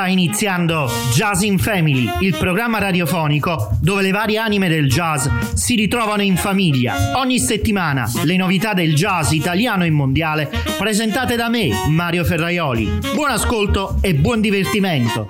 Sta iniziando Jazz in Family, il programma radiofonico dove le varie anime del jazz si ritrovano in famiglia. Ogni settimana le novità del jazz italiano e mondiale presentate da me, Mario Ferraioli. Buon ascolto e buon divertimento.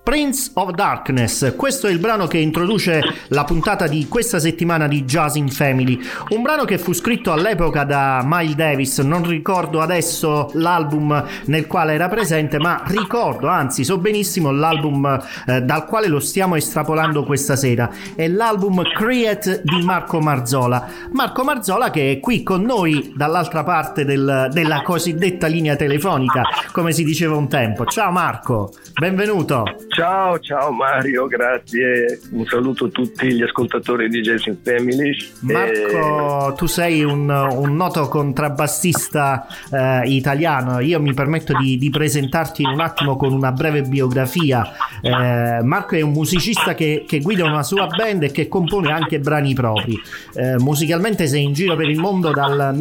Prince of Darkness, questo è il brano che introduce la puntata di questa settimana di Jazz in Family, un brano che fu scritto all'epoca da Miles Davis. Non ricordo adesso l'album nel quale era presente, ma ricordo, anzi so benissimo l'album dal quale lo stiamo estrapolando questa sera, è l'album Create di Marco Marzola che è qui con noi dall'altra parte della cosiddetta linea telefonica, come si diceva un tempo. Ciao Marco, benvenuto. Ciao Mario, grazie. Un saluto a tutti gli ascoltatori di Jazz in Family. Marco, tu sei un noto contrabbassista italiano. Io mi permetto di presentarti un attimo con una breve biografia. Marco è un musicista che guida una sua band e che compone anche brani propri. Musicalmente sei in giro per il mondo dal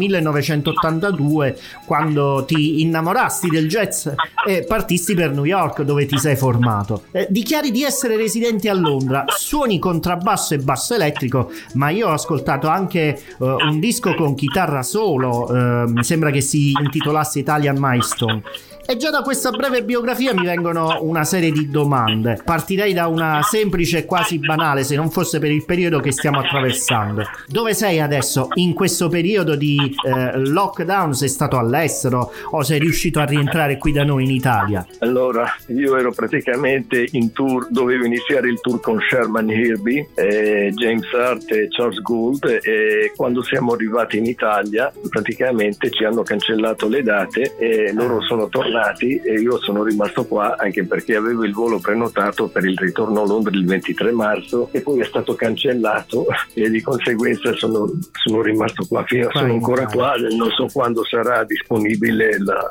1982, quando ti innamorasti del jazz e partisti per New York, dove ti sei formato. Dichiari di essere residente a Londra, suoni contrabbasso e basso elettrico, ma io ho ascoltato anche un disco con chitarra solo, mi sembra che si intitolasse Italian Milestone. E già da questa breve biografia mi vengono una serie di domande. Partirei da una semplice e quasi banale, se non fosse per il periodo che stiamo attraversando. Dove sei adesso in questo periodo di lockdown? Sei stato all'estero o sei riuscito a rientrare qui da noi in Italia? Allora, io ero praticamente in tour, dovevo iniziare il tour con Sherman Hirby, James Hart e Charles Gould, e quando siamo arrivati in Italia praticamente ci hanno cancellato le date e loro sono tornati e io sono rimasto qua, anche perché avevo il volo prenotato per il ritorno a Londra il 23 marzo e poi è stato cancellato e di conseguenza sono rimasto qua. Sono ancora qua, non so quando sarà disponibile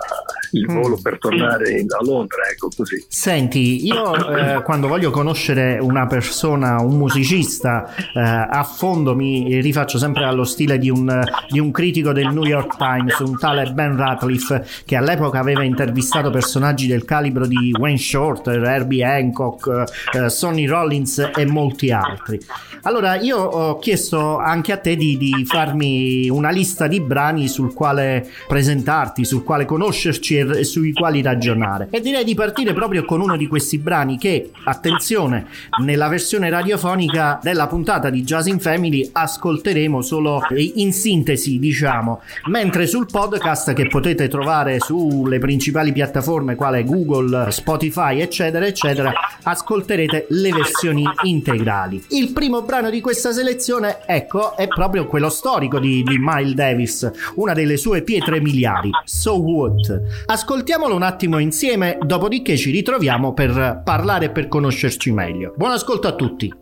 il volo per tornare a Londra, ecco così. Senti, io quando voglio conoscere una persona, un musicista a fondo, mi rifaccio sempre allo stile di un critico del New York Times, un tale Ben Ratcliffe, che all'epoca aveva intervistato personaggi del calibro di Wayne Shorter, Herbie Hancock, Sonny Rollins e molti altri. Allora io ho chiesto anche a te di farmi una lista di brani sul quale presentarti, sul quale conoscerci e sui quali ragionare, e direi di partire proprio con uno di questi brani che, attenzione, nella versione radiofonica della puntata di Jazz in Family ascolteremo solo in sintesi, diciamo, mentre sul podcast, che potete trovare sulle principali piattaforme quale Google, Spotify eccetera eccetera, ascolterete le versioni integrali. Il primo brano di questa selezione, ecco, è proprio quello storico di Miles Davis, una delle sue pietre miliari, So What. Ascoltiamolo un attimo insieme, dopodiché ci ritroviamo per parlare e per conoscerci meglio. Buon ascolto a tutti.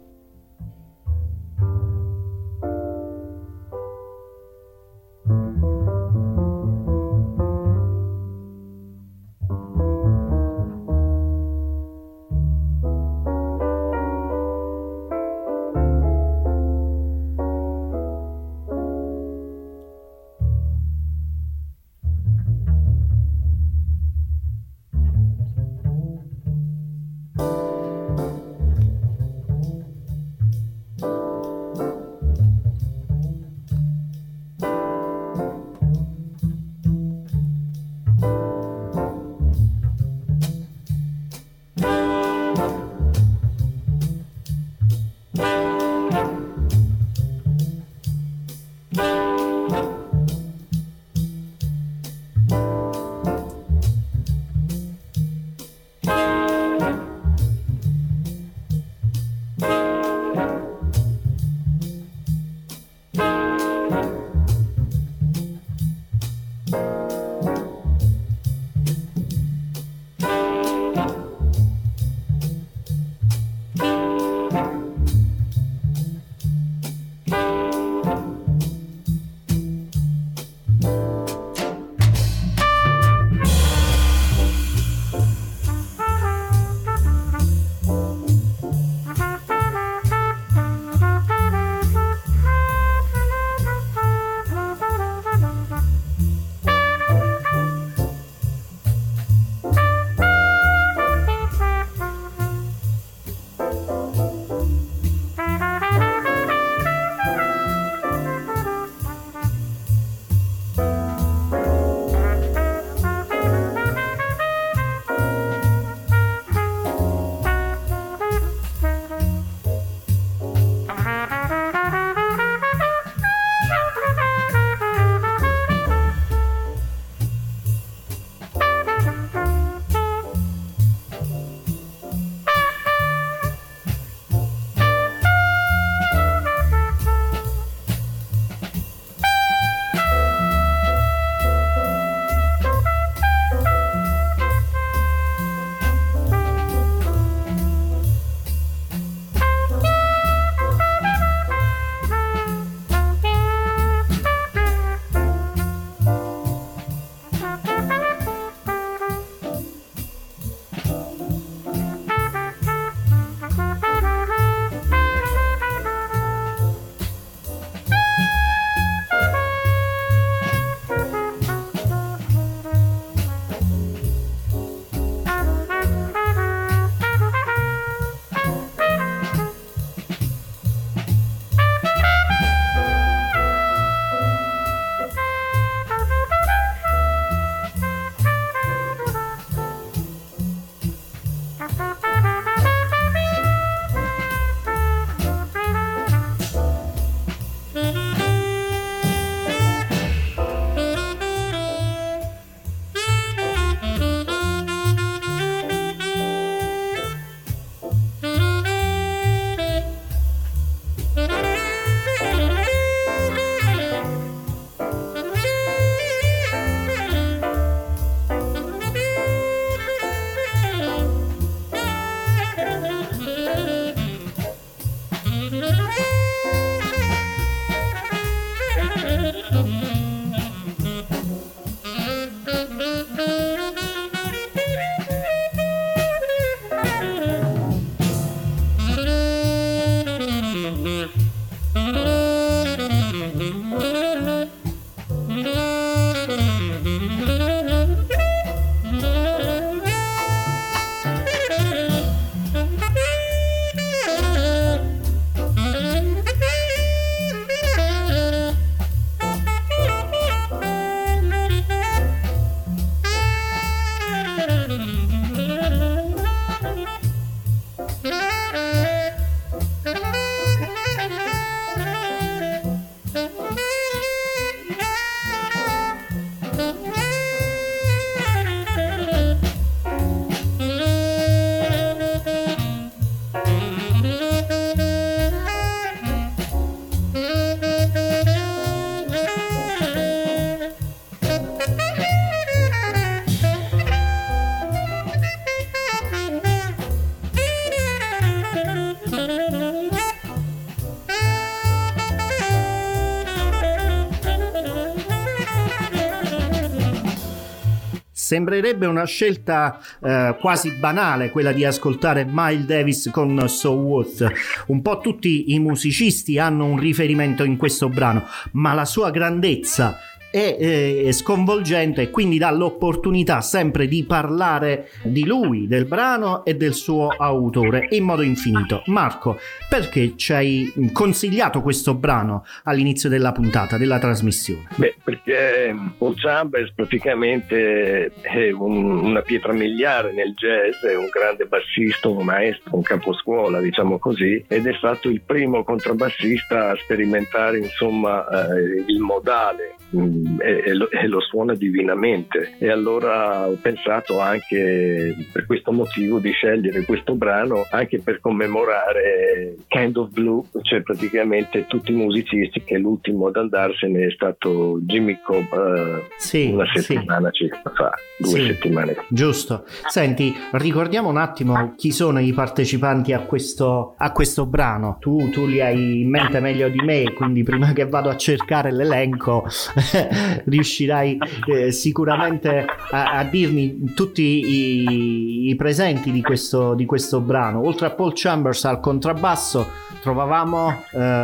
Sembrerebbe una scelta quasi banale quella di ascoltare Miles Davis con So What. Un po' tutti i musicisti hanno un riferimento in questo brano, ma la sua grandezza è sconvolgente e quindi dà l'opportunità sempre di parlare di lui, del brano e del suo autore in modo infinito. Marco, perché ci hai consigliato questo brano all'inizio della puntata, della trasmissione? Beh, perché Paul Chambers praticamente è una pietra miliare nel jazz, è un grande bassista, un maestro, un caposcuola, diciamo così, ed è stato il primo contrabbassista a sperimentare insomma il modale. E lo suona divinamente, e allora ho pensato anche per questo motivo di scegliere questo brano, anche per commemorare Kind of Blue, cioè praticamente tutti i musicisti, che l'ultimo ad andarsene è stato Jimmy Cobb una settimana circa fa, 2 settimane fa. Giusto. Senti, ricordiamo un attimo chi sono i partecipanti a questo brano. Tu li hai in mente meglio di me, quindi prima che vado a cercare l'elenco riuscirai sicuramente a dirmi tutti i presenti di questo brano. Oltre a Paul Chambers al contrabbasso trovavamo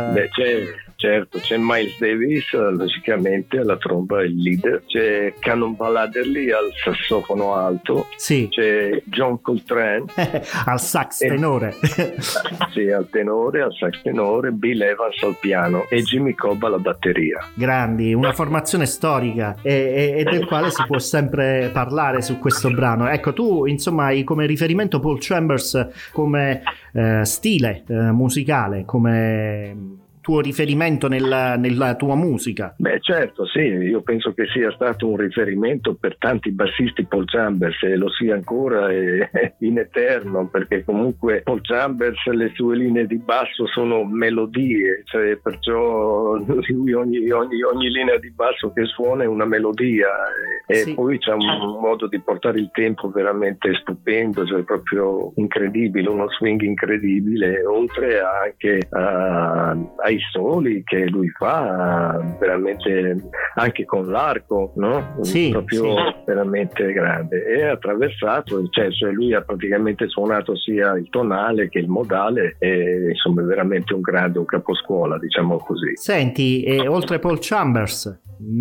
Certo, c'è Miles Davis logicamente alla tromba, il leader, c'è Cannonball Adderley al sassofono alto, c'è John Coltrane al sax tenore, al tenore, al sax tenore, Bill Evans al piano e Jimmy Cobb alla batteria. Grandi, una formazione storica e del quale si può sempre parlare su questo brano. Ecco, tu insomma hai come riferimento Paul Chambers come stile musicale, come tuo riferimento nella tua musica? Beh, certo, sì, io penso che sia stato un riferimento per tanti bassisti Paul Chambers, e lo sia ancora in eterno, perché comunque Paul Chambers, le sue linee di basso sono melodie, cioè perciò lui ogni linea di basso che suona è una melodia, e poi c'è un modo di portare il tempo veramente stupendo, cioè proprio incredibile, uno swing incredibile, oltre anche ai soli che lui fa veramente anche con l'arco, no? Veramente grande, e attraversato, cioè lui ha praticamente suonato sia il tonale che il modale, e insomma è veramente un grande, un caposcuola, diciamo così. Senti, oltre Paul Chambers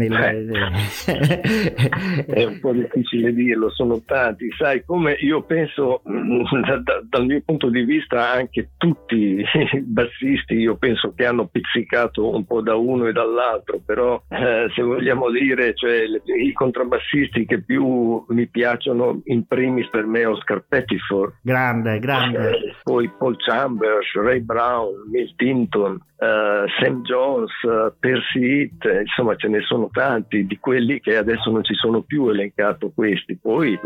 è un po' difficile dirlo, sono tanti, sai, come io penso dal mio punto di vista, anche tutti i bassisti io penso che hanno pizzicato un po' da uno e dall'altro, però se vogliamo dire, cioè i contrabbassisti che più mi piacciono in primis per me Oscar Pettiford, grande, poi Paul Chambers, Ray Brown, Milt Hinton, Sam Jones, Percy Heath, insomma ce ne sono tanti di quelli che adesso non ci sono più, elencato questi. Poi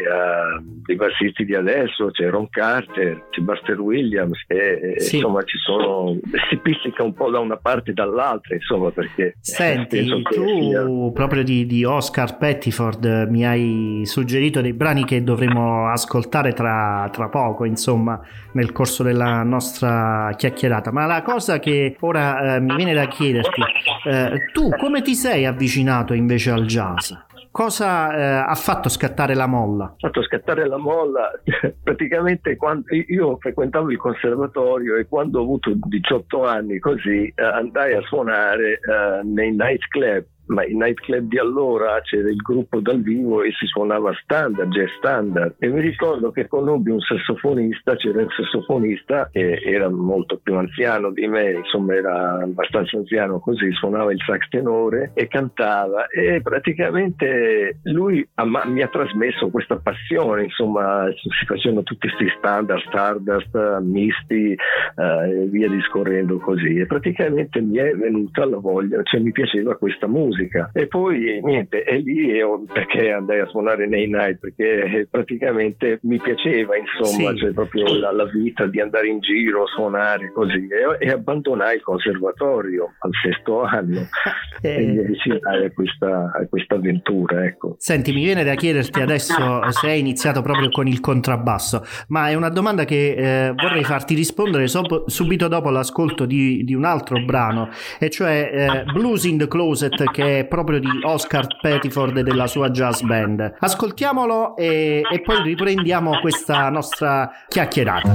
dei bassisti di adesso c'è Ron Carter, c'è Buster Williams, insomma ci sono, si pizzica un po' da una parte e dall'altra, insomma, perché senti, tu proprio di Oscar Pettiford mi hai suggerito dei brani che dovremo ascoltare tra poco, insomma, nel corso della nostra chiacchierata. Ma la cosa che ora mi viene da chiederti, tu come ti sei avvicinato invece al jazz? Cosa ha fatto scattare la molla? Ha fatto scattare la molla praticamente quando io frequentavo il conservatorio, e quando ho avuto 18 anni così andai a suonare nei nightclub. Ma i nightclub di allora c'era il gruppo dal vivo e si suonava standard, jazz standard, e mi ricordo che conobbi un sassofonista, c'era un sassofonista che era molto più anziano di me, insomma era abbastanza anziano, così suonava il sax tenore e cantava, e praticamente lui mi ha trasmesso questa passione, insomma si facevano tutti questi standard, Stardust, Misty e via discorrendo così, e praticamente mi è venuta la voglia, cioè mi piaceva questa musica. E poi niente, e lì perché andai a suonare nei night, perché praticamente mi piaceva, insomma, cioè proprio la vita di andare in giro, suonare così, e abbandonai il conservatorio al 6º anno e mi avvicinai a questa avventura, ecco. Senti, mi viene da chiederti adesso se hai iniziato proprio con il contrabbasso, ma è una domanda che vorrei farti rispondere subito dopo l'ascolto di un altro brano, e cioè Blues in the Closet, che che è proprio di Oscar Pettiford e della sua jazz band. Ascoltiamolo e poi riprendiamo questa nostra chiacchierata.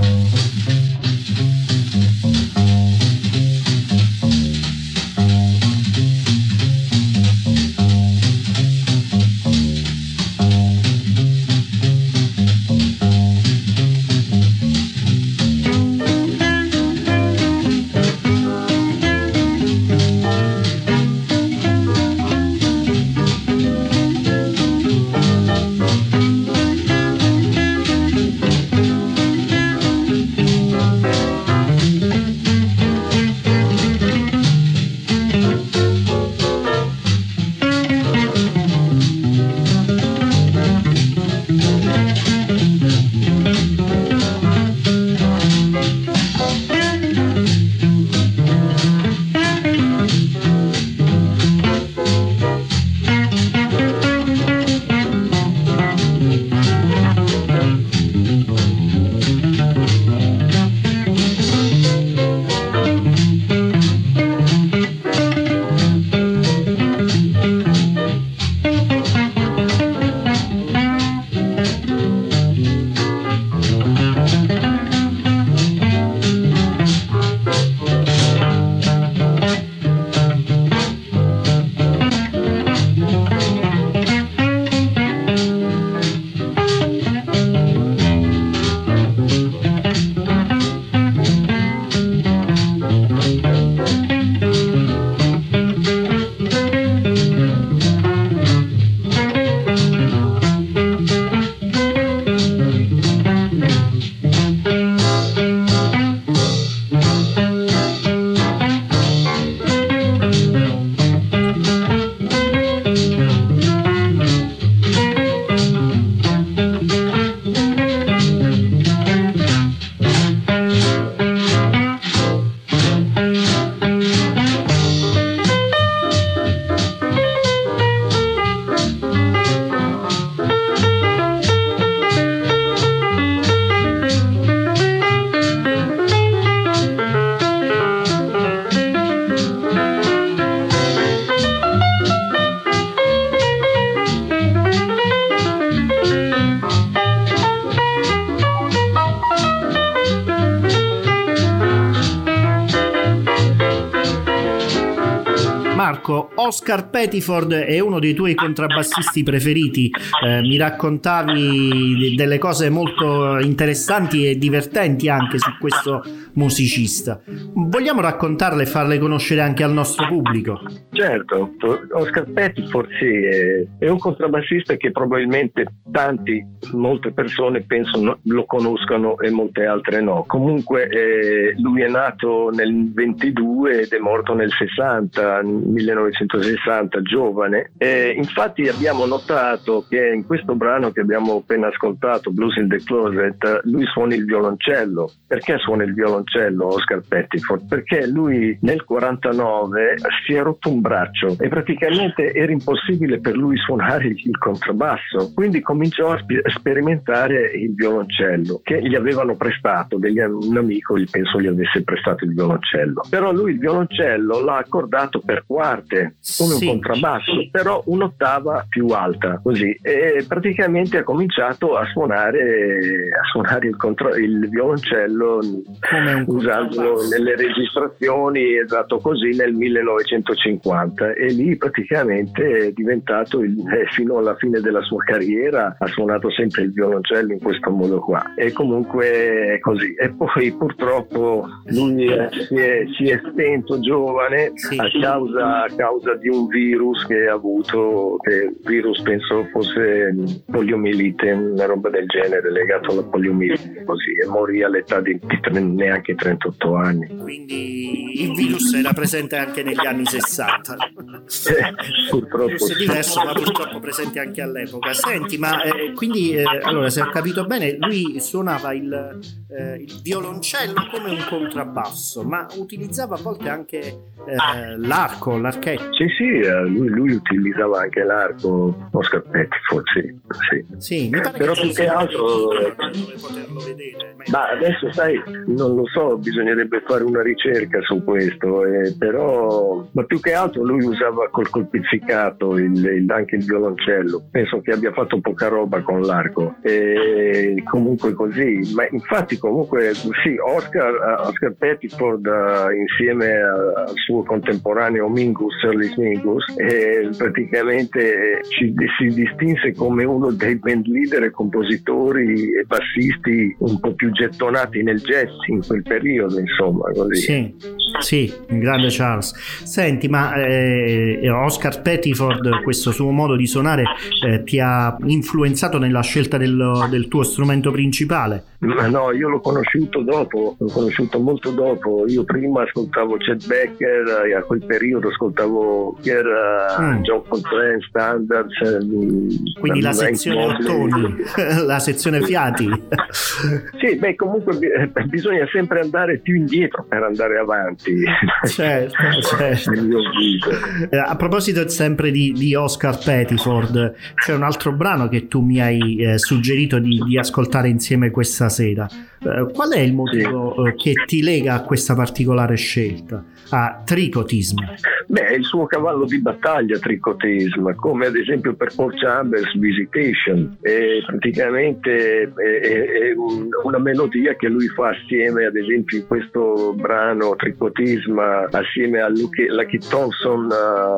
Marco, Oscar Pettiford è uno dei tuoi contrabbassisti preferiti, mi raccontavi delle cose molto interessanti e divertenti anche su questo musicista. Vogliamo raccontarle e farle conoscere anche al nostro pubblico? Certo, Oscar Pettiford sì, è un contrabbassista che probabilmente molte persone penso lo conoscano e molte altre no. Comunque lui è nato nel 22 ed è morto nel 1960, giovane. Infatti abbiamo notato che in questo brano che abbiamo appena ascoltato, Blues in the Closet, lui suona il violoncello. Perché suona il violoncello Oscar Pettiford? Perché lui nel 49 si è rotto un braccio e praticamente era impossibile per lui suonare il contrabbasso, quindi cominciò a sperimentare il violoncello che gli avevano prestato, un amico penso gli avesse prestato il violoncello, però lui il violoncello l'ha accordato per quarte come un contrabbasso, però un'ottava più alta, così, e praticamente ha cominciato a suonare il violoncello usandolo nelle registrazioni, esatto, così nel 1950, e lì praticamente è diventato fino alla fine della sua carriera ha suonato sempre il violoncello in questo modo qua, e comunque è così. E poi purtroppo lui si è spento giovane a causa di un virus che ha avuto, che virus penso fosse poliomielite, una roba del genere legato alla poliomielite, così, e morì all'età di neanche 38 anni. Quindi il virus era presente anche negli anni 60. Purtroppo è diverso, ma purtroppo presente anche all'epoca. Senti, ma quindi allora, se ho capito bene, lui suonava il il violoncello come un contrabbasso, ma utilizzava a volte anche l'archetto. Sì, lui utilizzava anche l'arco, Oscar Pettiford, sì. Mi pare però che più che altro dove poterlo vedere. Ma adesso sai, non lo so, bisognerebbe fare una ricerca su questo, ma più che altro lui usava col pizzicato anche il violoncello. Penso che abbia fatto poca roba con l'arco, e comunque così. Ma infatti comunque sì, Oscar Pettiford insieme al suo contemporaneo Early Mingus, praticamente si distinse come uno dei band leader e compositori e bassisti un po' più gettonati nel jazz in quel periodo, insomma, così. Sì, un grande Charles. Senti, ma Oscar Pettiford, questo suo modo di suonare ti ha influenzato nella scelta del tuo strumento principale? Ma no, io l'ho conosciuto molto dopo. Io prima ascoltavo Chet Baker, e a quel periodo ascoltavo John Coltrane, Standards, quindi la sezione ottoni, la sezione fiati. Sì, comunque bisogna sempre andare più indietro per andare avanti. Certo. A proposito sempre di Oscar Pettiford, c'è un altro brano che tu mi hai suggerito di ascoltare insieme questa sera. Qual è il motivo che ti lega a questa particolare scelta, a Tricotism? Il suo cavallo di battaglia, Tricotism, come ad esempio per Paul Chambers Visitation, praticamente è una melodia che lui fa assieme, ad esempio in questo brano Tricotism, assieme a Lucky Thompson.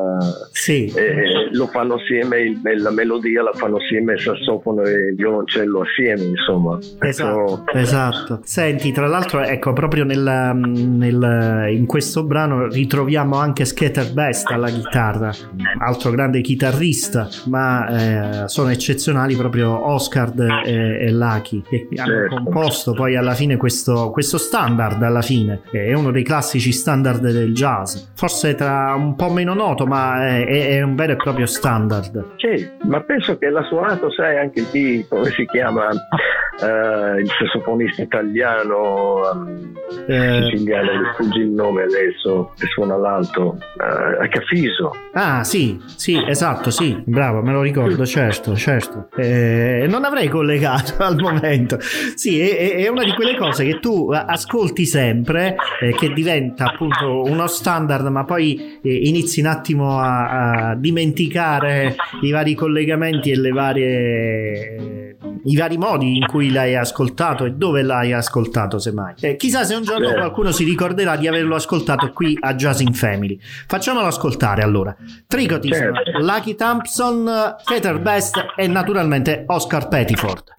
Lo fanno assieme, la melodia la fanno assieme, sassofono e violoncello assieme, insomma. Esatto. Senti, tra l'altro, ecco, proprio in questo brano ritroviamo anche Skeeter Best alla chitarra, altro grande chitarrista, ma sono eccezionali proprio Oscar e Lucky, che hanno composto poi alla fine questo standard, alla fine è uno dei classici standard del jazz, forse tra un po' meno noto, ma è un vero e proprio standard. Sì, ma penso che l'ha suonato, sai, anche lì, come si chiama, il sassofonista italiano siciliano, mi sfugge il nome adesso, che suona l'alto, Cafiso. Sì, esatto, sì, bravo, me lo ricordo, certo. Non avrei collegato al momento. Sì, è una di quelle cose che tu ascolti sempre, che diventa appunto uno standard, ma poi inizi un attimo a dimenticare i vari collegamenti e i vari modi in cui l'hai ascoltato e dove l'hai ascoltato, semmai. Chissà se un giorno qualcuno si ricorderà di averlo ascoltato qui a Jazz in Family. Facciamolo ascoltare allora. Tricotism, Lucky Thompson, Skeeter Best e naturalmente Oscar Pettiford.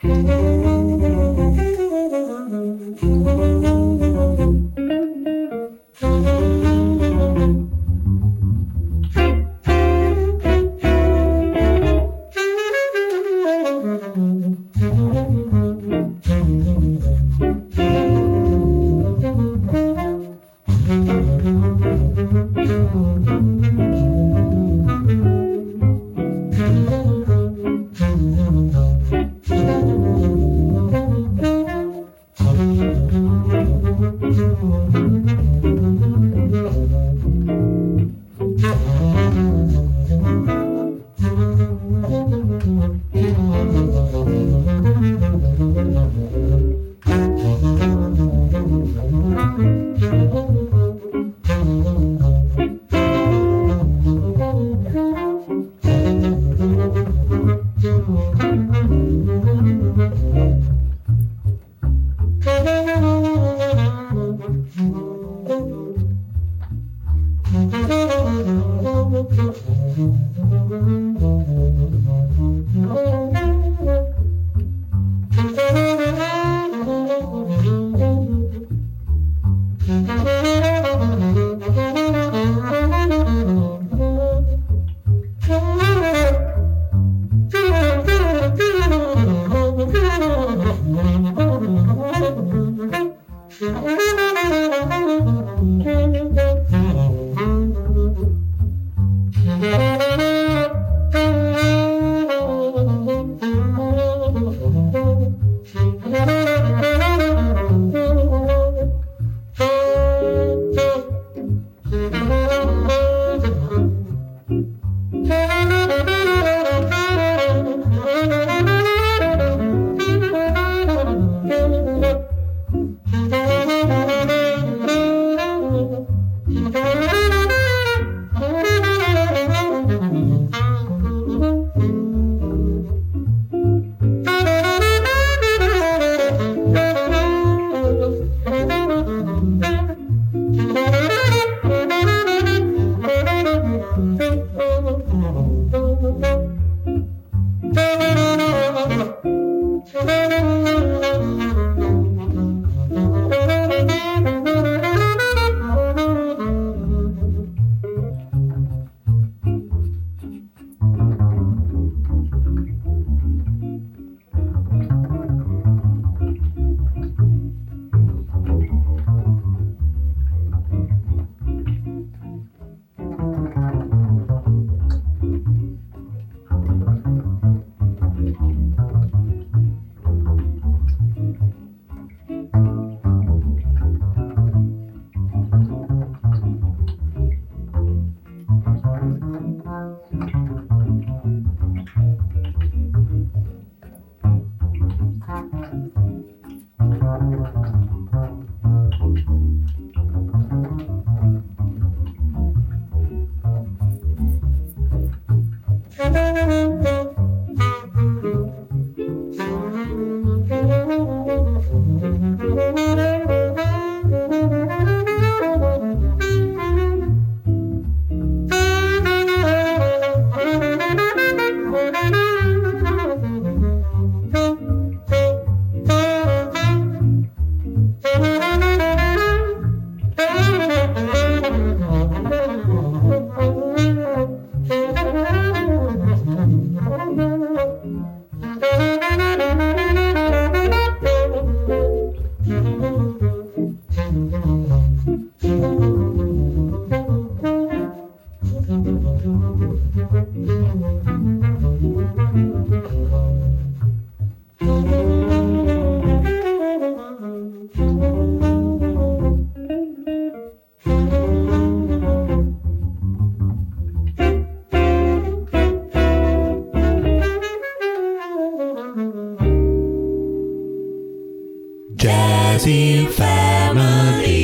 Jazzy Family.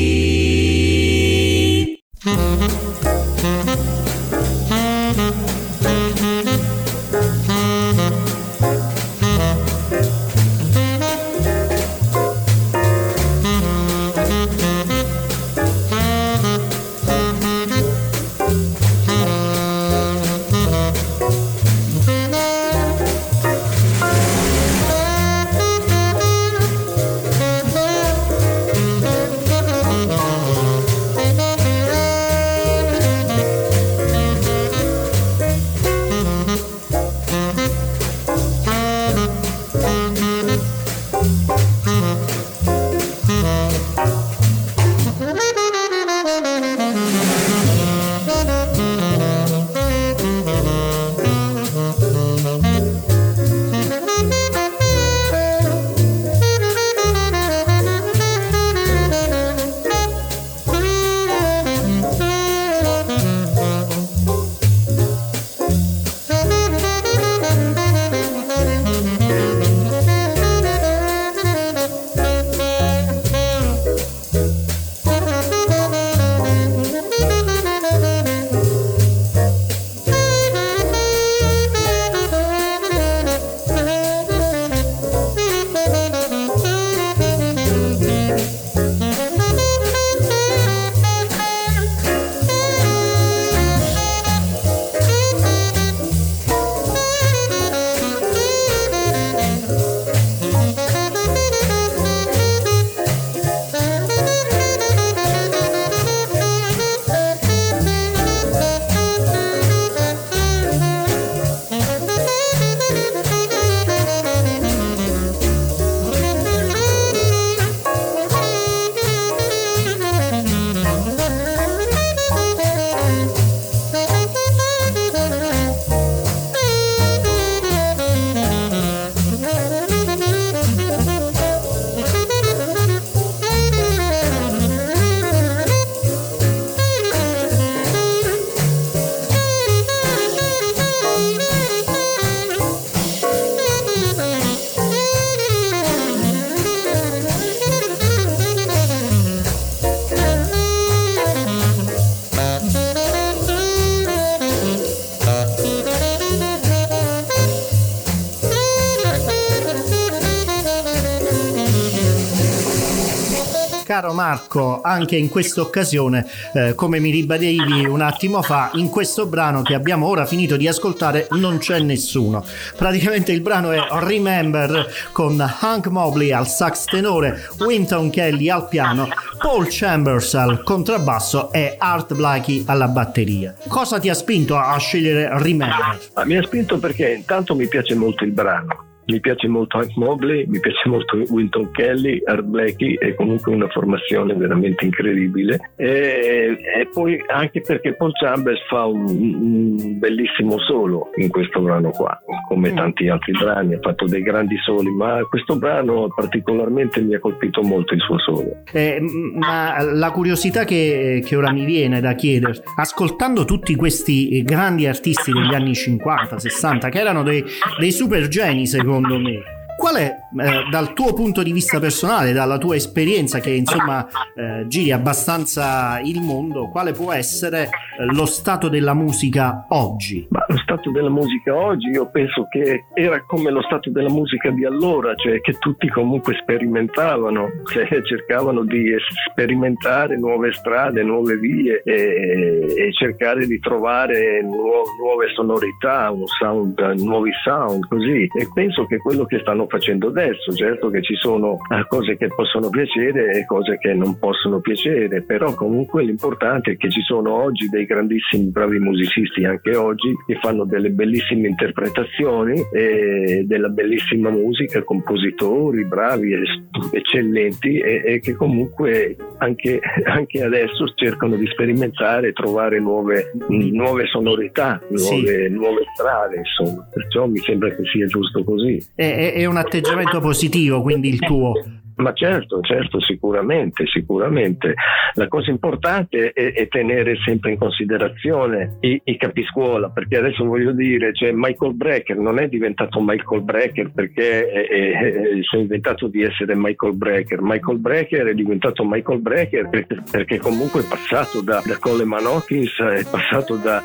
Caro Marco, anche in questa occasione, come mi ribadivi un attimo fa, in questo brano che abbiamo ora finito di ascoltare non c'è nessuno. Praticamente il brano è Remember con Hank Mobley al sax tenore, Wynton Kelly al piano, Paul Chambers al contrabbasso e Art Blakey alla batteria. Cosa ti ha spinto a scegliere Remember? Mi ha spinto perché intanto mi piace molto il brano. Mi piace molto Hank Mobley, mi piace molto Wynton Kelly, Art Blakey, è comunque una formazione veramente incredibile e poi anche perché Paul Chambers fa un bellissimo solo in questo brano qua, come tanti altri brani, ha fatto dei grandi soli, ma questo brano particolarmente mi ha colpito molto il suo solo. Ma la curiosità che ora mi viene da chiedere, ascoltando tutti questi grandi artisti degli anni 50, 60, che erano dei super geni secondo me, qual è dal tuo punto di vista personale, dalla tua esperienza che insomma giri abbastanza il mondo, quale può essere lo stato della musica oggi? Ma lo stato della musica oggi io penso che era come lo stato della musica di allora, cioè che tutti comunque sperimentavano, cioè cercavano di sperimentare nuove strade, nuove vie e cercare di trovare nuove sonorità, nuovi sound, così. E penso che quello che stanno facendo adesso, certo che ci sono cose che possono piacere e cose che non possono piacere, però comunque l'importante è che ci sono oggi dei grandissimi bravi musicisti anche oggi che fanno delle bellissime interpretazioni e della bellissima musica, compositori bravi, eccellenti e che comunque anche adesso cercano di sperimentare e trovare nuove sonorità, nuove strade, insomma. Perciò mi sembra che sia giusto così. È un atteggiamento positivo, quindi il tuo. Ma certo, sicuramente. La cosa importante è tenere sempre in considerazione i capiscuola, perché adesso voglio dire, cioè Michael Brecker non è diventato Michael Brecker perché si è inventato di essere Michael Brecker. Michael Brecker è diventato Michael Brecker perché comunque è passato da Coleman Hawkins, è passato da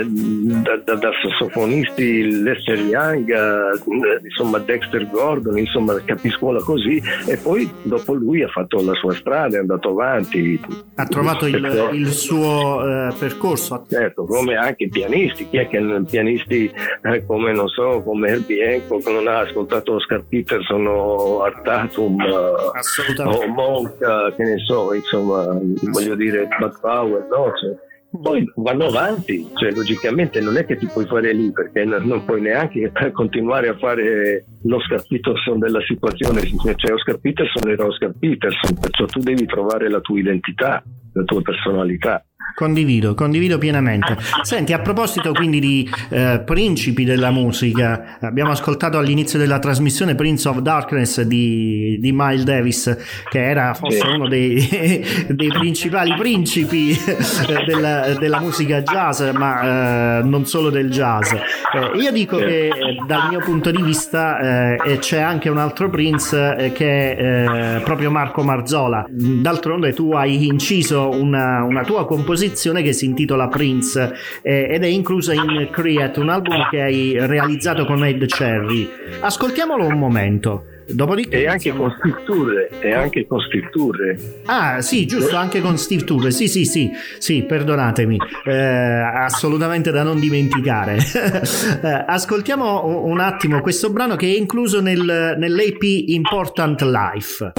sassofonisti Lester Young, insomma Dexter Gordon, insomma capiscuola così, e poi dopo lui ha fatto la sua strada, è andato avanti, ha trovato il suo percorso. Certo, come anche i pianisti. Chi è che pianisti come non so, come Herbie Hancock non ha ascoltato Oscar Peterson o Art Tatum o Monk, che ne so, insomma, voglio dire Bud Powell, no? Cioè, poi vanno avanti, cioè logicamente non è che ti puoi fare lì, perché non puoi neanche continuare a fare l'Oscar Peterson della situazione, cioè Oscar Peterson era Oscar Peterson, perciò tu devi trovare la tua identità, la tua personalità. Condivido pienamente. Senti, a proposito quindi di principi della musica, abbiamo ascoltato all'inizio della trasmissione Prince of Darkness di Miles Davis, che era forse uno dei principali principi della musica jazz, ma non solo del jazz. Io dico che dal mio punto di vista c'è anche un altro Prince che è proprio Marco Marzola. D'altronde tu hai inciso una tua composizione che si intitola Prince ed è inclusa in Create, un album che hai realizzato con Ed Cherry. Ascoltiamolo un momento. Dopodiché e anche con Steve Turre. Ah sì, giusto, anche con Steve Turre, sì, perdonatemi, assolutamente da non dimenticare. Ascoltiamo un attimo questo brano che è incluso nell'AP Important Life.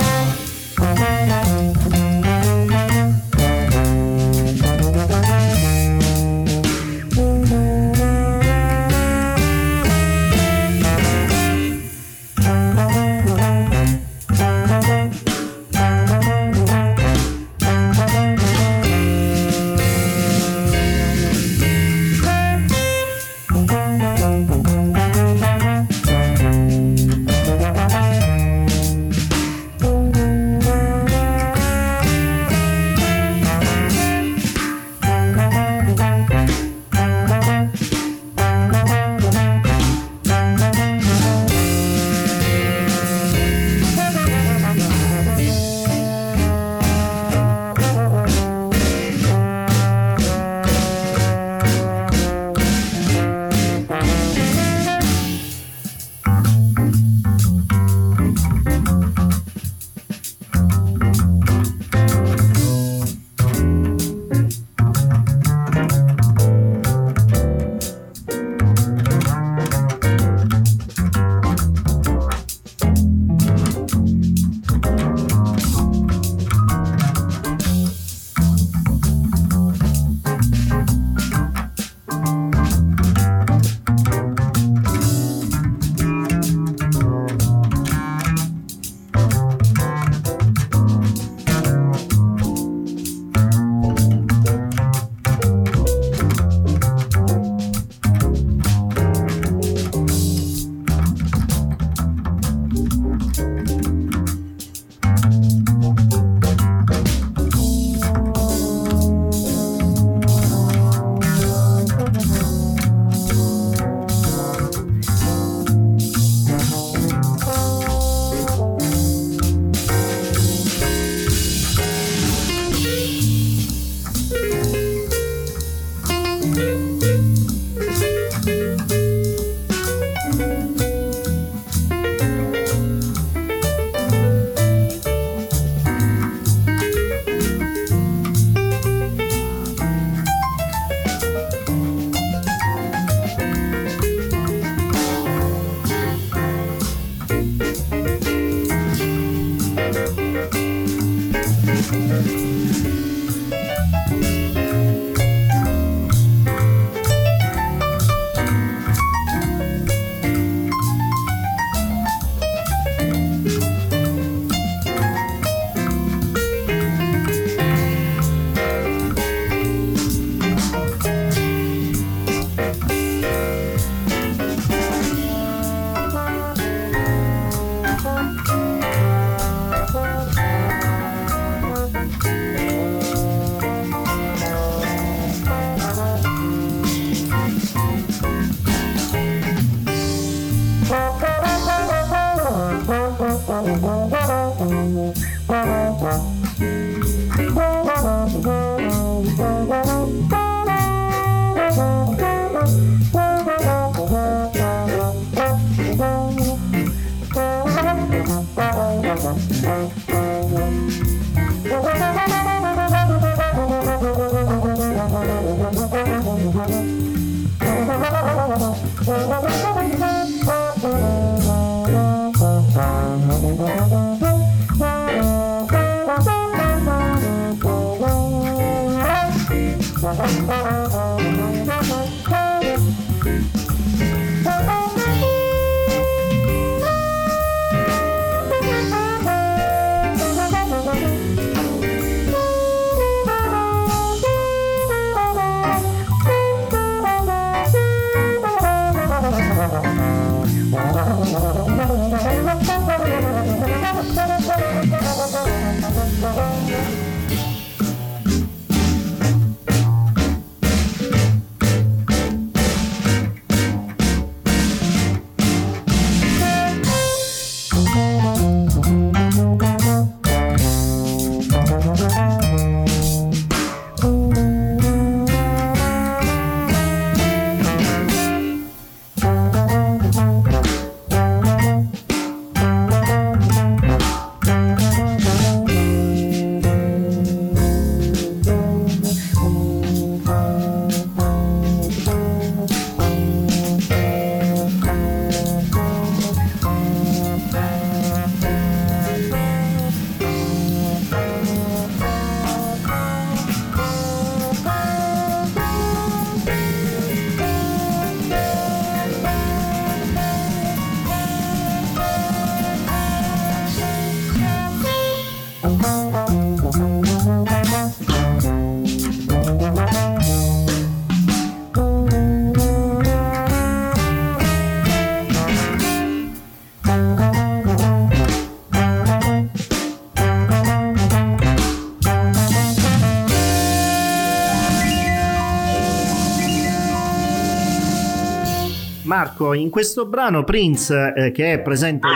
Marco, in questo brano Prince, che è presente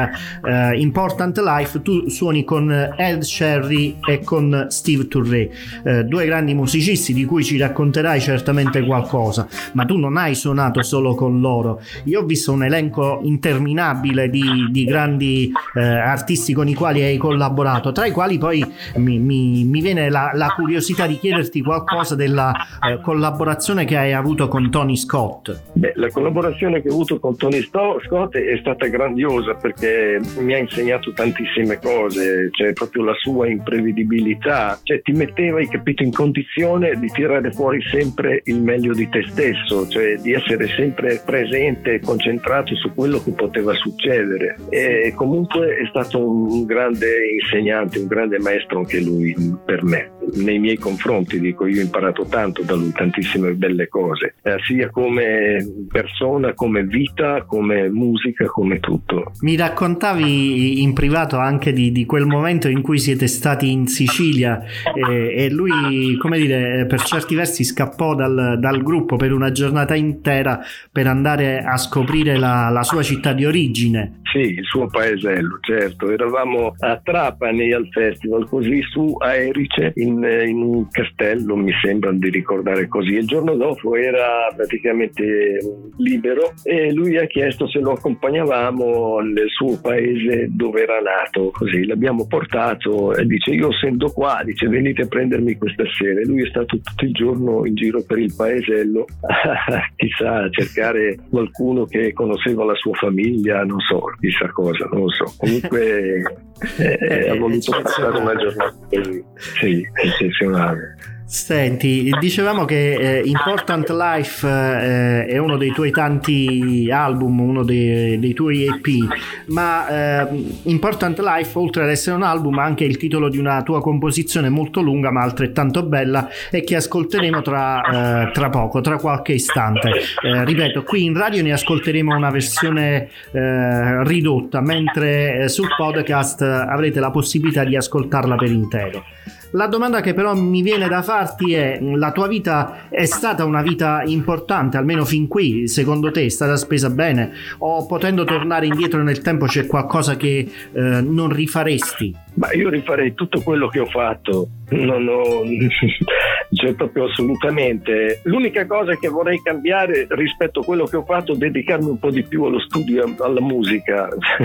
in Important Life, tu suoni con Ed Sheeran e con Steve Turre, due grandi musicisti di cui ci racconterai certamente qualcosa, ma tu non hai suonato solo con loro. Io ho visto un elenco interminabile di grandi artisti con i quali hai collaborato, tra i quali poi mi viene la curiosità di chiederti qualcosa della collaborazione che hai avuto con Tony Scott. Beh, la collaborazione che ho avuto con Tony Scott è stata grandiosa, perché mi ha insegnato tantissime cose, cioè proprio la sua imprevedibilità, cioè ti metteva, hai capito, in condizione di tirare fuori sempre il meglio di te stesso, cioè di essere sempre presente e concentrato su quello che poteva succedere. E comunque è stato un grande insegnante, un grande maestro anche lui per me, nei miei confronti. Dico, io ho imparato tanto da lui, tantissime belle cose, sia come persona, come vita, come musica, come tutto. Mi raccontavi in privato anche di quel momento in cui siete stati in Sicilia e lui, come dire, per certi versi scappò dal gruppo per una giornata intera per andare a scoprire la sua città di origine. Sì, il suo paesello, certo. Eravamo a Trapani al festival, così su a Erice in un castello, mi sembra di ricordare così. Il giorno dopo era praticamente libero e lui ha chiesto se lo accompagnavamo nel suo paese dove era nato, così l'abbiamo portato e dice: io essendo qua, dice, venite a prendermi questa sera. E lui è stato tutto il giorno in giro per il paesello chissà, a cercare qualcuno che conosceva la sua famiglia, non so, chissà cosa, non lo so. Comunque Ha voluto passare una giornata così. Sì, eccezionale. Senti, dicevamo che Important Life è uno dei tuoi tanti album, uno dei tuoi EP, ma Important Life, oltre ad essere un album, ha anche il titolo di una tua composizione molto lunga ma altrettanto bella, e che ascolteremo tra poco, tra qualche istante. Ripeto, qui in radio ne ascolteremo una versione ridotta, mentre sul podcast avrete la possibilità di ascoltarla per intero. La domanda che però mi viene da farti è: la tua vita è stata una vita importante, almeno fin qui? Secondo te è stata spesa bene? O potendo tornare indietro nel tempo c'è qualcosa che non rifaresti? Ma io rifarei tutto quello che ho fatto, cioè proprio assolutamente. L'unica cosa che vorrei cambiare rispetto a quello che ho fatto è dedicarmi un po' di più allo studio, alla musica.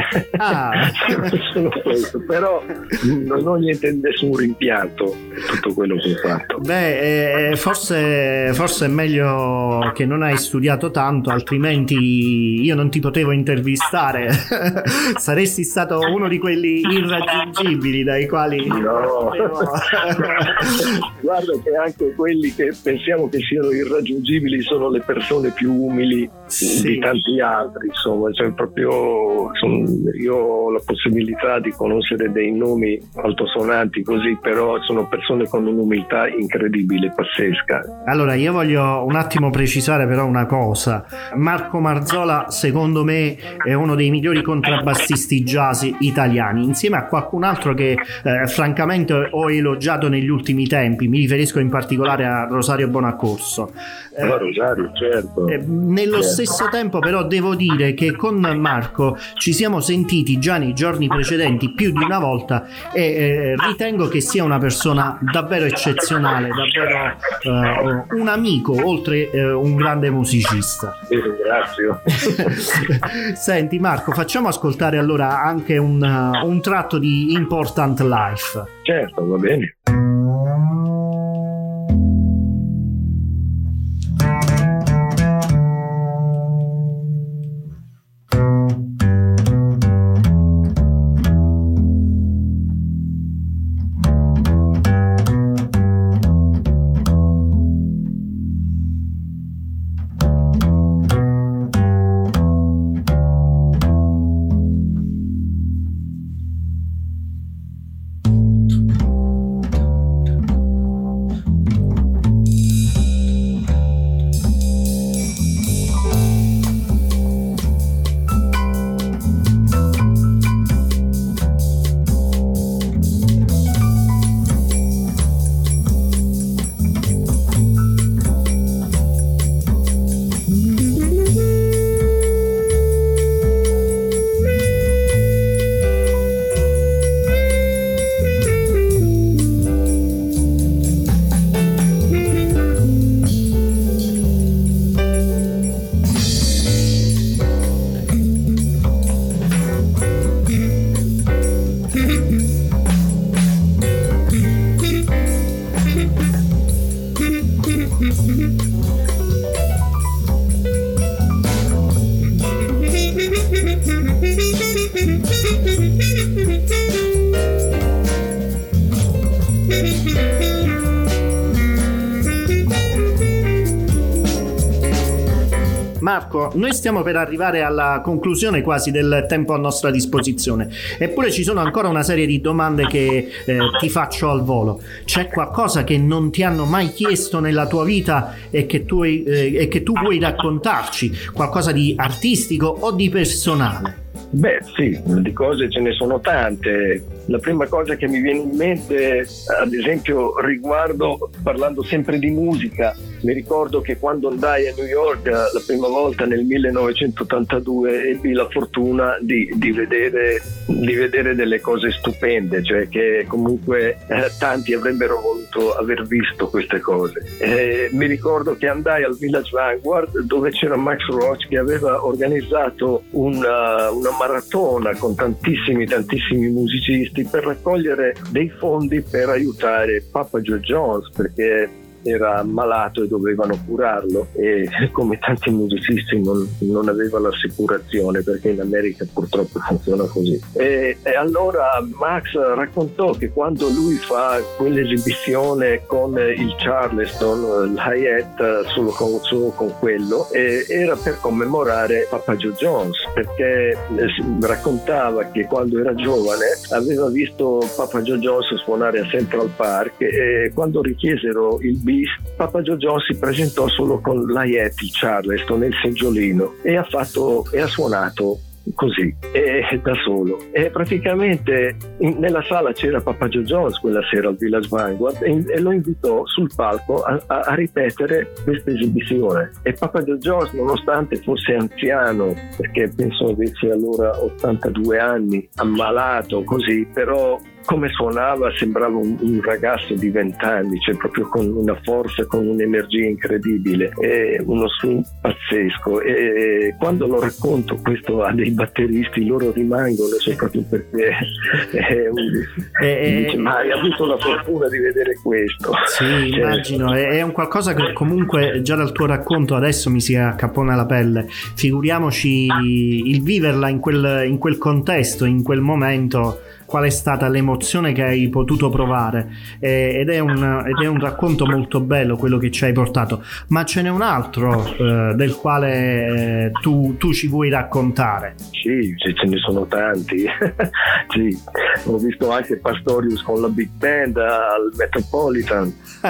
Solo questo, però non ho nessun rimpianto tutto quello che ho fatto. Forse è meglio che non hai studiato tanto, altrimenti io non ti potevo intervistare. Saresti stato uno di quelli irraggiungibili dai quali guarda che anche quelli che pensiamo che siano irraggiungibili sono le persone più umili di tanti altri, insomma, cioè proprio io ho la possibilità di conoscere dei nomi altosonanti così, però sono persone con un'umiltà incredibile, pazzesca. Allora io voglio un attimo precisare però una cosa: Marco Marzola secondo me è uno dei migliori contrabbassisti jazz italiani, insieme a qualcun altro che francamente ho elogiato negli ultimi tempi. Mi riferisco in particolare a Rosario Bonaccorso. Rosario, certo. Nello stesso tempo però devo dire che con Marco ci siamo sentiti già nei giorni precedenti più di una volta, e ritengo che sia una persona davvero eccezionale, davvero un amico oltre un grande musicista. Vi ringrazio. Senti Marco, facciamo ascoltare allora anche un tratto di Important Life. Certo, va bene. Marco, noi stiamo per arrivare alla conclusione quasi del tempo a nostra disposizione, eppure ci sono ancora una serie di domande che ti faccio al volo. C'è qualcosa che non ti hanno mai chiesto nella tua vita e che tu vuoi raccontarci? Qualcosa di artistico o di personale? Beh sì, di cose ce ne sono tante. La prima cosa che mi viene in mente, ad esempio, parlando sempre di musica, mi ricordo che quando andai a New York la prima volta nel 1982 ebbi la fortuna di vedere delle cose stupende, cioè che comunque tanti avrebbero voluto aver visto queste cose. Mi ricordo che andai al Village Vanguard, dove c'era Max Roach che aveva organizzato una maratona con tantissimi musicisti per raccogliere dei fondi per aiutare Papa Joe Jones, perché era malato e dovevano curarlo, e come tanti musicisti non aveva l'assicurazione, perché in America purtroppo funziona così. E allora Max raccontò che quando lui fa quell'esibizione con il Charleston, l'Hi-Hat, solo con quello, era per commemorare Papa Joe Jones, perché raccontava che quando era giovane aveva visto Papa Joe Jones suonare a Central Park, e quando richiesero il bis, Papa Joe Jones si presentò solo con l'Hi-Hat, il Charleston e il seggiolino, e ha suonato così, da solo, e praticamente nella sala c'era Papa Joe Jones quella sera al Village Vanguard, e lo invitò sul palco a ripetere questa esibizione. E Papa Joe Jones, nonostante fosse anziano, perché penso avesse allora 82 anni, ammalato così, però come suonava sembrava un ragazzo di 20 anni, cioè proprio con una forza, con un'energia incredibile, e uno swing pazzesco. E quando lo racconto questo a dei batteristi, loro rimangono, soprattutto perché dice, ma hai avuto la fortuna di vedere questo? Sì, immagino, è un qualcosa che comunque già dal tuo racconto adesso mi si accapona la pelle, figuriamoci il viverla in quel contesto, in quel momento. Qual è stata l'emozione che hai potuto provare, ed è un racconto molto bello quello che ci hai portato, ma ce n'è un altro del quale tu ci vuoi raccontare? Sì, ce ne sono tanti. Sì, ho visto anche Pastorius con la Big Band al Metropolitan,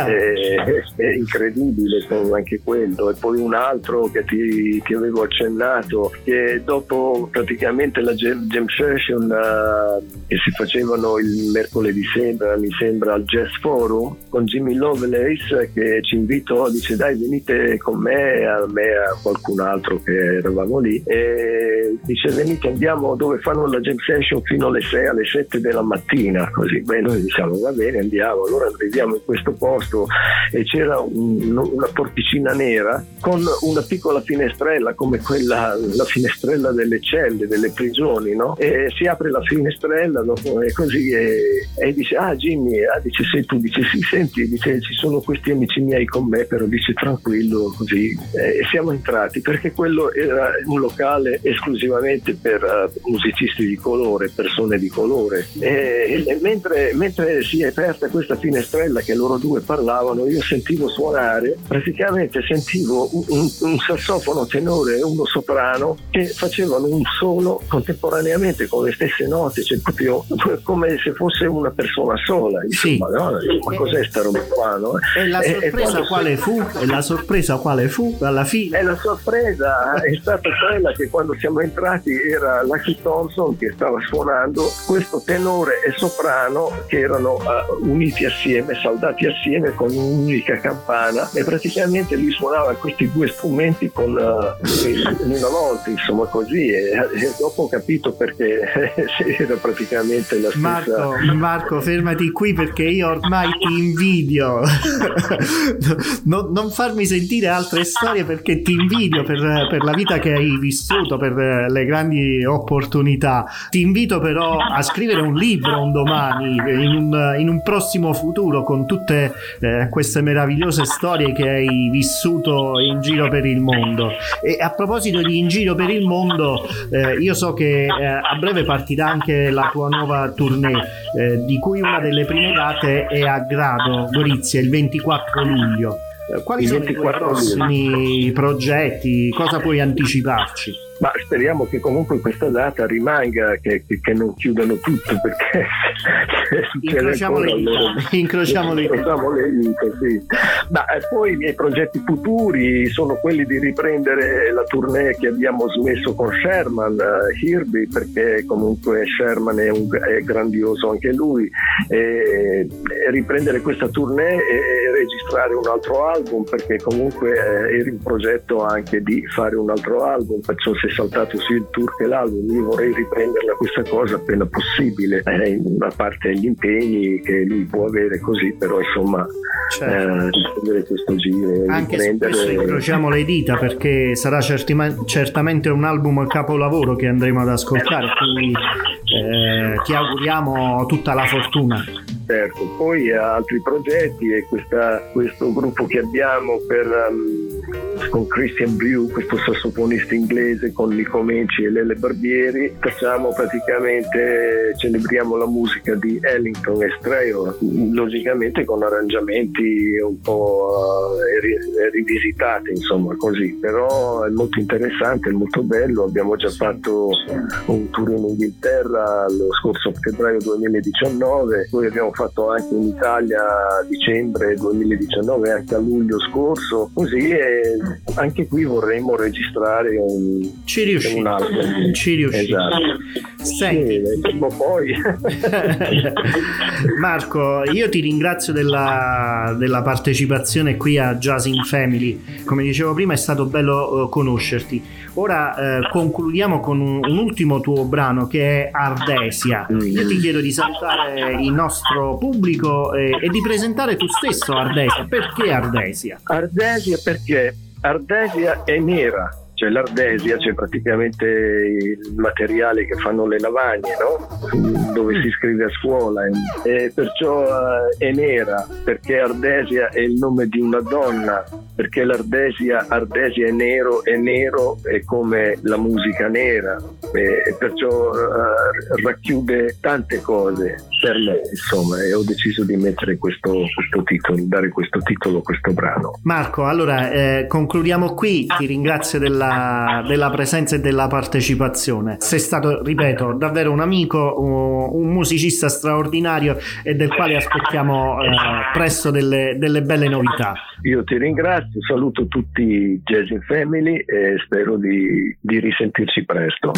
è incredibile anche quello. E poi un altro che ti avevo accennato, che dopo praticamente la jam session che si facevano il mercoledì sera, mi sembra, al Jazz Forum, con Jimmy Lovelace, che ci invitò, dice dai venite con me, a qualcun altro che eravamo lì, e dice venite, andiamo dove fanno la jam session fino alle 6, alle 7 della mattina, così. Beh, noi diciamo va bene, andiamo. Allora arriviamo in questo posto e c'era una porticina nera con una piccola finestrella come quella, la finestrella delle celle, delle prigioni, no? E si apre la finestrella e così, e dice Jimmy, dice sei tu? Dice sì, senti, dice ci sono questi amici miei con me, però dice tranquillo, così. E siamo entrati, perché quello era un locale esclusivamente per musicisti di colore, persone di colore, e mentre si è aperta questa finestrella che loro due parlavano, io sentivo suonare, praticamente sentivo un sassofono tenore e uno soprano che facevano un solo contemporaneamente con le stesse note, cioè proprio come se fosse una persona sola. Sì. Ma cos'è sta roba qua, no? E la sorpresa quale fu? E la sorpresa quale fu alla fine? E la sorpresa è stata quella che quando siamo entrati era Lucky Thompson che stava suonando questo tenore e soprano che erano uniti assieme, saldati assieme con un'unica campana, e praticamente lui suonava questi due strumenti con una volta, insomma, così, e dopo ho capito perché era praticamente la stessa. Marco, fermati qui perché io ormai ti invidio. Non farmi sentire altre storie perché ti invidio per la vita che hai vissuto, per le grandi opportunità. Ti invito però a scrivere un libro un domani, in un prossimo futuro, con tutte queste meravigliose storie che hai vissuto in giro per il mondo. E a proposito di in giro per il mondo, io so che a breve partirà anche la tua nuova tournée, di cui una delle prime date è a Grado, Gorizia, il 24 luglio. Quali sono i tuoi prossimi progetti? Cosa puoi anticiparci? Ma speriamo che comunque questa data rimanga, che non chiudano tutto, perché incrociamo le dita, sì. Ma poi i miei progetti futuri sono quelli di riprendere la tournée che abbiamo smesso con Sherman Hirby, perché comunque Sherman è grandioso anche lui, e riprendere questa tournée e registrare un altro album, perché comunque era in progetto anche di fare un altro album, perciò si è saltato sia il tour che l'album. Io vorrei riprenderla questa cosa appena possibile, a parte gli impegni che lui può avere, così, però insomma, riprendere questo giro, anche su questo incrociamo le dita, perché sarà certamente un album capolavoro che andremo ad ascoltare, quindi ti auguriamo tutta la fortuna. certo. Poi altri progetti e questo gruppo che abbiamo con Christian Brew, questo sassofonista inglese, con Nico Menci e Lele Barbieri, celebriamo la musica di Ellington e Strayer, logicamente con arrangiamenti un po' rivisitati, insomma, così. Però è molto interessante, è molto bello. Abbiamo già fatto un tour in Inghilterra lo scorso febbraio 2019, poi abbiamo fatto anche in Italia a dicembre 2019 e anche a luglio scorso, così, e anche qui vorremmo registrare un album. Ci riuscite. Esatto. Senti. Poi. Marco, io ti ringrazio della partecipazione qui a Jazz in Family. Come dicevo prima, è stato bello conoscerti. Ora concludiamo con un ultimo tuo brano, che è Ardesia. Io ti chiedo di salutare il nostro pubblico e di presentare tu stesso Ardesia. Perché Ardesia? Ardesia perché Ardesia è nera. Cioè l'ardesia, cioè praticamente il materiale che fanno le lavagne, no? Dove si scrive a scuola, e perciò è nera, perché Ardesia è il nome di una donna, perché Ardesia è nero è come la musica nera, e perciò racchiude tante cose per me, insomma, e ho deciso di mettere questo titolo, dare questo titolo a questo brano. Marco, allora concludiamo qui, ti ringrazio della presenza e della partecipazione. Sei stato, ripeto, davvero un amico, un musicista straordinario, e del quale aspettiamo presto delle belle novità. Io ti ringrazio, saluto tutti Jazz in Family e spero di risentirci presto.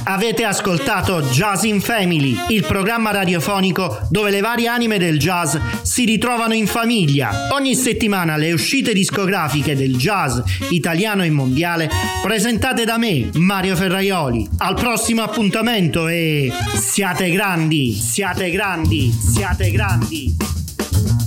Avete ascoltato Jazz in Family, il programma radiofonico dove le varie anime del jazz si ritrovano in famiglia. Ogni settimana le uscite discografiche del jazz italiano e mondiale presentate da me, Mario Ferraioli. Al prossimo appuntamento e siate grandi, siate grandi, siate grandi.